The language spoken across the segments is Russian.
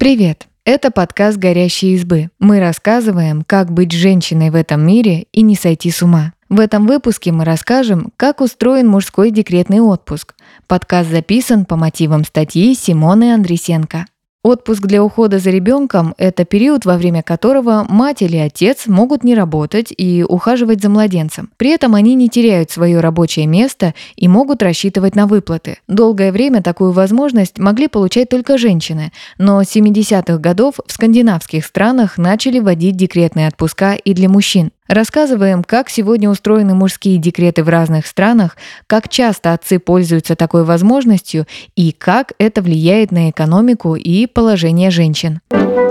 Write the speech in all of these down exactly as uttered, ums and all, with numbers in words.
Привет! Это подкаст «Горящие избы». Мы рассказываем, как быть женщиной в этом мире и не сойти с ума. В этом выпуске мы расскажем, как устроен мужской декретный отпуск. Подкаст записан по мотивам статьи Симоны Андресенко. Отпуск для ухода за ребенком – это период, во время которого мать или отец могут не работать и ухаживать за младенцем. При этом они не теряют свое рабочее место и могут рассчитывать на выплаты. Долгое время такую возможность могли получать только женщины, но с семидесятых годов в скандинавских странах начали вводить декретные отпуска и для мужчин. Рассказываем, как сегодня устроены мужские декреты в разных странах, как часто отцы пользуются такой возможностью и как это влияет на экономику и положение женщин.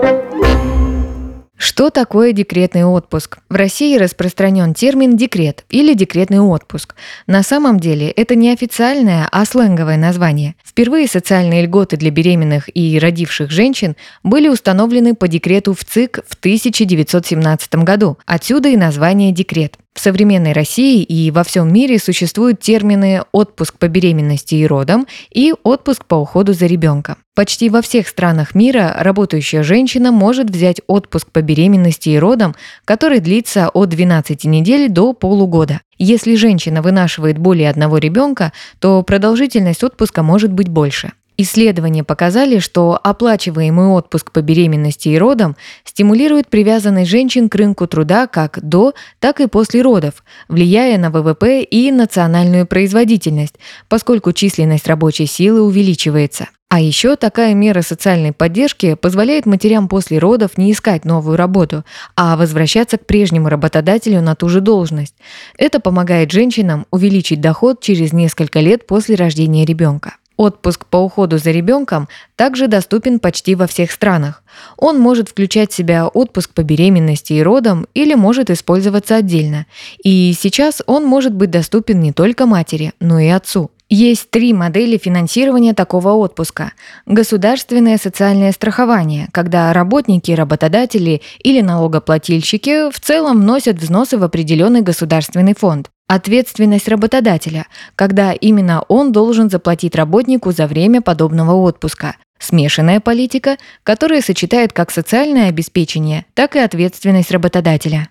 Что такое декретный отпуск? В России распространен термин «декрет» или «декретный отпуск». На самом деле это не официальное, а сленговое название. Впервые социальные льготы для беременных и родивших женщин были установлены по декрету в ЦИК в тысяча девятьсот семнадцатом году. Отсюда и название «декрет». В современной России и во всем мире существуют термины «отпуск по беременности и родам» и «отпуск по уходу за ребенком». Почти во всех странах мира работающая женщина может взять отпуск по беременности и родам, который длится от двенадцати недель до полугода. Если женщина вынашивает более одного ребенка, то продолжительность отпуска может быть больше. Исследования показали, что оплачиваемый отпуск по беременности и родам стимулирует привязанность женщин к рынку труда как до, так и после родов, влияя на вэ вэ пэ и национальную производительность, поскольку численность рабочей силы увеличивается. А еще такая мера социальной поддержки позволяет матерям после родов не искать новую работу, а возвращаться к прежнему работодателю на ту же должность. Это помогает женщинам увеличить доход через несколько лет после рождения ребенка. Отпуск по уходу за ребенком также доступен почти во всех странах. Он может включать в себя отпуск по беременности и родам или может использоваться отдельно. И сейчас он может быть доступен не только матери, но и отцу. Есть три модели финансирования такого отпуска. Государственное социальное страхование, когда работники, работодатели или налогоплательщики в целом вносят взносы в определенный государственный фонд. Ответственность работодателя, когда именно он должен заплатить работнику за время подобного отпуска. Смешанная политика, которая сочетает как социальное обеспечение, так и ответственность работодателя.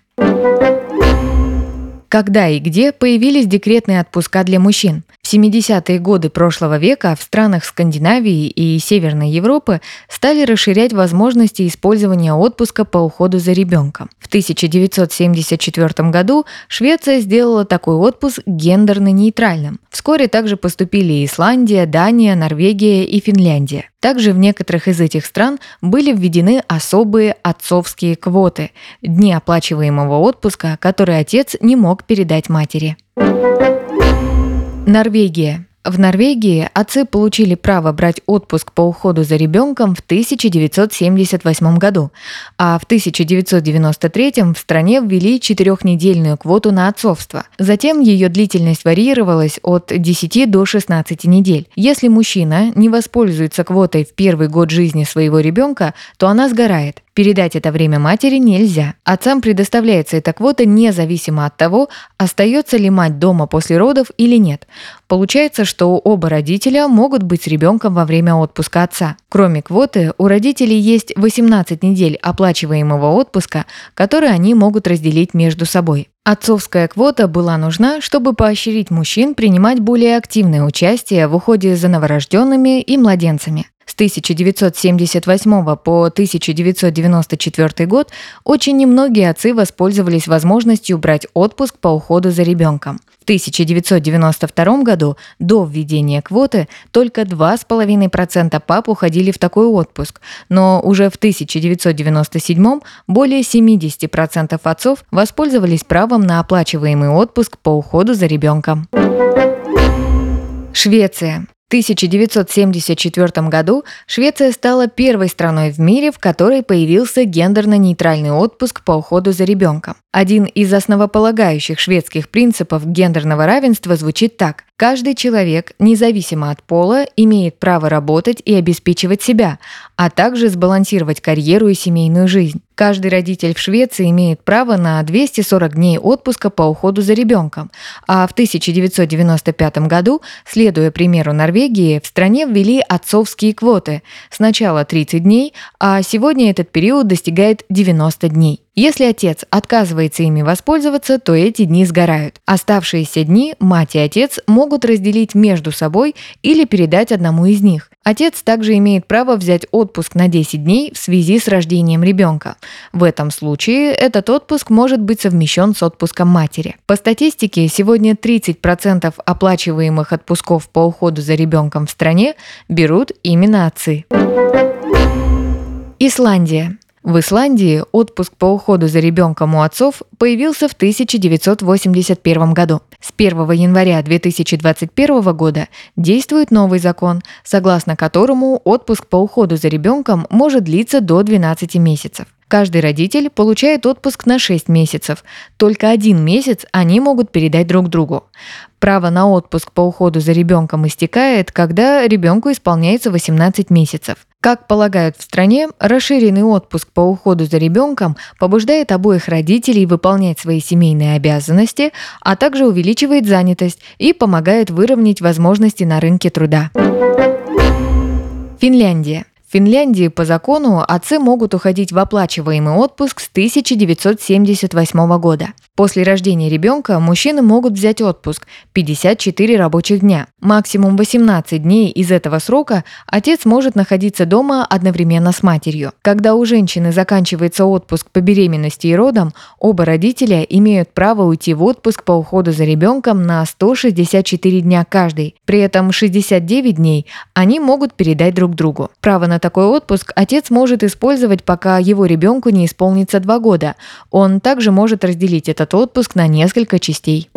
Когда и где появились декретные отпуска для мужчин? В семидесятые годы прошлого века в странах Скандинавии и Северной Европы стали расширять возможности использования отпуска по уходу за ребенком. В тысяча девятьсот семьдесят четвёртом году Швеция сделала такой отпуск гендерно-нейтральным. Вскоре также поступили Исландия, Дания, Норвегия и Финляндия. Также в некоторых из этих стран были введены особые отцовские квоты – дни оплачиваемого отпуска, которые отец не мог передать матери. Норвегия. В Норвегии отцы получили право брать отпуск по уходу за ребенком в тысяча девятьсот семьдесят восьмом году, а в тысяча девятьсот девяносто третьем в стране ввели четырехнедельную квоту на отцовство. Затем ее длительность варьировалась от десяти до шестнадцати недель. Если мужчина не воспользуется квотой в первый год жизни своего ребенка, то она сгорает. Передать это время матери нельзя. Отцам предоставляется эта квота независимо от того, остается ли мать дома после родов или нет. Получается, что оба родителя могут быть с ребенком во время отпуска отца. Кроме квоты, у родителей есть восемнадцать недель оплачиваемого отпуска, которые они могут разделить между собой. Отцовская квота была нужна, чтобы поощрить мужчин принимать более активное участие в уходе за новорожденными и младенцами. С тысяча девятьсот семьдесят восьмого по тысяча девятьсот девяносто четвёртый год очень немногие отцы воспользовались возможностью брать отпуск по уходу за ребенком. В тысяча девятьсот девяносто втором году, до введения квоты, только два с половиной процента пап уходили в такой отпуск, но уже в тысяча девятьсот девяносто седьмом более семьдесят процентов отцов воспользовались правом на оплачиваемый отпуск по уходу за ребенком. Швеция. В тысяча девятьсот семьдесят четвёртом году Швеция стала первой страной в мире, в которой появился гендерно-нейтральный отпуск по уходу за ребенком. Один из основополагающих шведских принципов гендерного равенства звучит так. Каждый человек, независимо от пола, имеет право работать и обеспечивать себя, а также сбалансировать карьеру и семейную жизнь. Каждый родитель в Швеции имеет право на двести сорок дней отпуска по уходу за ребенком, а в тысяча девятьсот девяносто пятом году, следуя примеру Норвегии, в стране ввели отцовские квоты. Сначала тридцать дней, а сегодня этот период достигает девяноста дней. Если отец отказывается ими воспользоваться, то эти дни сгорают. Оставшиеся дни мать и отец могут разделить между собой или передать одному из них. Отец также имеет право взять отпуск на десять дней в связи с рождением ребенка. В этом случае этот отпуск может быть совмещен с отпуском матери. По статистике, сегодня тридцать процентов оплачиваемых отпусков по уходу за ребенком в стране берут именно отцы. Исландия. В Исландии отпуск по уходу за ребенком у отцов появился в тысяча девятьсот восемьдесят первом году. С первого января две тысячи двадцать первого года действует новый закон, согласно которому отпуск по уходу за ребенком может длиться до двенадцати месяцев. Каждый родитель получает отпуск на шесть месяцев. Только один месяц они могут передать друг другу. Право на отпуск по уходу за ребенком истекает, когда ребенку исполняется восемнадцать месяцев. Как полагают в стране, расширенный отпуск по уходу за ребенком побуждает обоих родителей выполнять свои семейные обязанности, а также увеличивает занятость и помогает выровнять возможности на рынке труда. Финляндия. В Финляндии по закону отцы могут уходить в оплачиваемый отпуск с тысяча девятьсот семьдесят восьмого года. После рождения ребенка мужчины могут взять отпуск – пятьдесят четыре рабочих дня. Максимум восемнадцать дней из этого срока отец может находиться дома одновременно с матерью. Когда у женщины заканчивается отпуск по беременности и родам, оба родителя имеют право уйти в отпуск по уходу за ребенком на сто шестьдесят четыре дня каждый. При этом шестьдесят девять дней они могут передать друг другу. Право на такой отпуск отец может использовать, пока его ребенку не исполнится два года. Он также может разделить этот отпуск на несколько частей.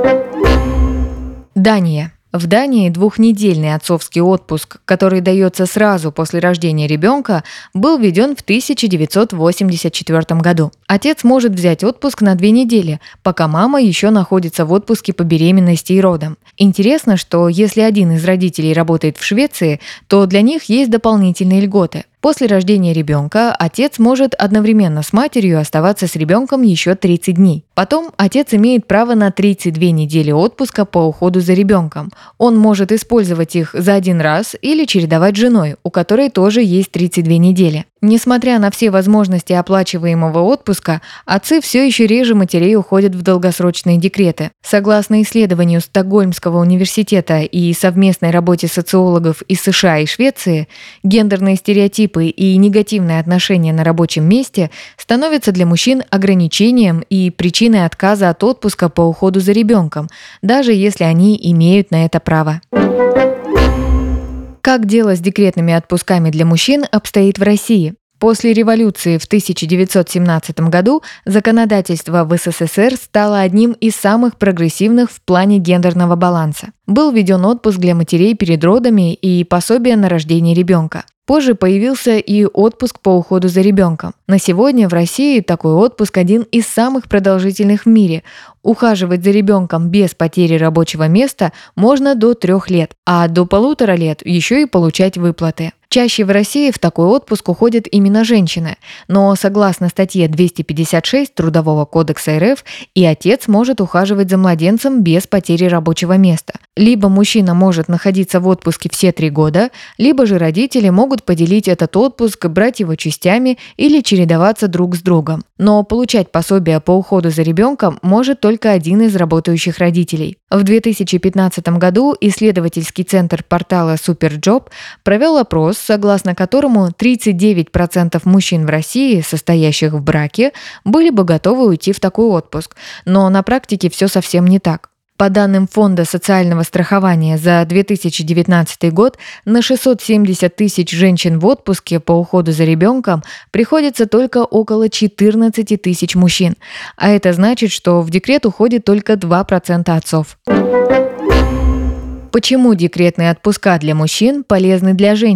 Дания. В Дании двухнедельный отцовский отпуск, который дается сразу после рождения ребенка, был введен в тысяча девятьсот восемьдесят четвёртом году. Отец может взять отпуск на две недели, пока мама еще находится в отпуске по беременности и родам. Интересно, что если один из родителей работает в Швеции, то для них есть дополнительные льготы. После рождения ребенка отец может одновременно с матерью оставаться с ребенком еще тридцать дней. Потом отец имеет право на тридцать две недели отпуска по уходу за ребенком. Он может использовать их за один раз или чередовать с женой, у которой тоже есть тридцать две недели. Несмотря на все возможности оплачиваемого отпуска, отцы все еще реже матерей уходят в долгосрочные декреты. Согласно исследованию Стокгольмского университета и совместной работе социологов из США и Швеции, гендерные стереотипы и негативное отношение на рабочем месте становятся для мужчин ограничением и причиной отказа от отпуска по уходу за ребенком, даже если они имеют на это право. Как дело с декретными отпусками для мужчин обстоит в России? После революции в тысяча девятьсот семнадцатом году законодательство в СССР стало одним из самых прогрессивных в плане гендерного баланса. Был введен отпуск для матерей перед родами и пособие на рождение ребенка. Позже появился и отпуск по уходу за ребенком. На сегодня в России такой отпуск один из самых продолжительных в мире. Ухаживать за ребенком без потери рабочего места можно до трех лет, а до полутора лет еще и получать выплаты. Чаще в России в такой отпуск уходят именно женщины, но согласно статье двести пятьдесят шесть Трудового кодекса РФ и отец может ухаживать за младенцем без потери рабочего места. Либо мужчина может находиться в отпуске все три года, либо же родители могут поделить этот отпуск, брать его частями или чередоваться друг с другом. Но получать пособие по уходу за ребенком может только один из работающих родителей. В две тысячи пятнадцатом году исследовательский центр портала Superjob провел опрос, согласно которому тридцать девять процентов мужчин в России, состоящих в браке, были бы готовы уйти в такой отпуск. Но на практике все совсем не так. По данным Фонда социального страхования за две тысячи девятнадцатый год на шестьсот семьдесят тысяч женщин в отпуске по уходу за ребенком приходится только около четырнадцать тысяч мужчин. А это значит, что в декрет уходит только два процента отцов. Почему декретные отпуска для мужчин полезны для женщин?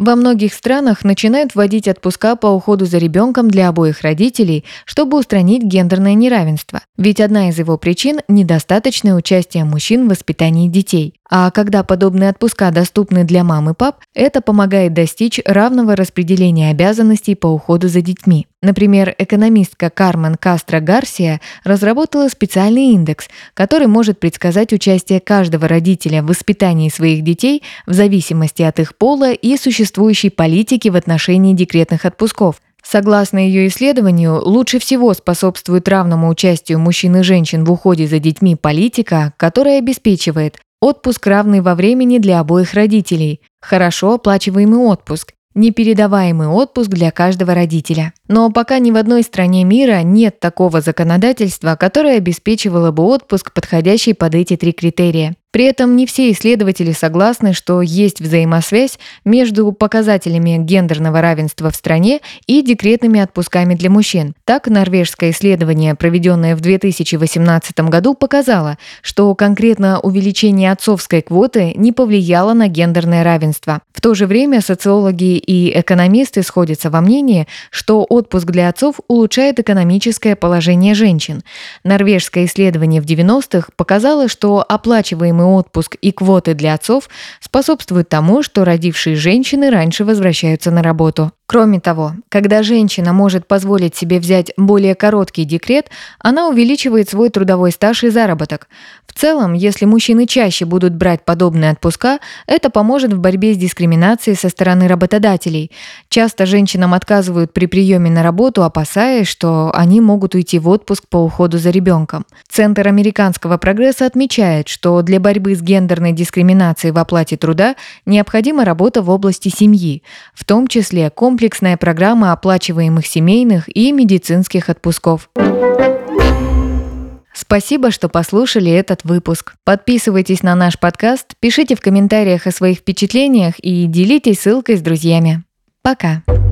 Во многих странах начинают вводить отпуска по уходу за ребенком для обоих родителей, чтобы устранить гендерное неравенство. Ведь одна из его причин – недостаточное участие мужчин в воспитании детей. А когда подобные отпуска доступны для мам и пап, это помогает достичь равного распределения обязанностей по уходу за детьми. Например, экономистка Кармен Кастро Гарсия разработала специальный индекс, который может предсказать участие каждого родителя в воспитании своих детей в зависимости от их пола и существующей политики в отношении декретных отпусков. Согласно ее исследованию, лучше всего способствует равному участию мужчин и женщин в уходе за детьми политика, которая обеспечивает отпуск, равный во времени для обоих родителей, хорошо оплачиваемый отпуск, непередаваемый отпуск для каждого родителя. Но пока ни в одной стране мира нет такого законодательства, которое обеспечивало бы отпуск, подходящий под эти три критерия. При этом не все исследователи согласны, что есть взаимосвязь между показателями гендерного равенства в стране и декретными отпусками для мужчин. Так, норвежское исследование, проведенное в две тысячи восемнадцатом году, показало, что конкретно увеличение отцовской квоты не повлияло на гендерное равенство. В то же время социологи и экономисты сходятся во мнении, что отпуск для отцов улучшает экономическое положение женщин. Норвежское исследование в девяностых показало, что оплачиваемый отпуск и квоты для отцов способствуют тому, что родившие женщины раньше возвращаются на работу. Кроме того, когда женщина может позволить себе взять более короткий декрет, она увеличивает свой трудовой стаж и заработок. В целом, если мужчины чаще будут брать подобные отпуска, это поможет в борьбе с дискриминацией со стороны работодателей. Часто женщинам отказывают при приеме на работу, опасаясь, что они могут уйти в отпуск по уходу за ребенком. Центр американского прогресса отмечает, что для борьбы с гендерной дискриминацией в оплате труда необходима работа в области семьи, в том числе комплекс Комплексная программа оплачиваемых семейных и медицинских отпусков. Спасибо, что послушали этот выпуск. Подписывайтесь на наш подкаст, пишите в комментариях о своих впечатлениях и делитесь ссылкой с друзьями. Пока!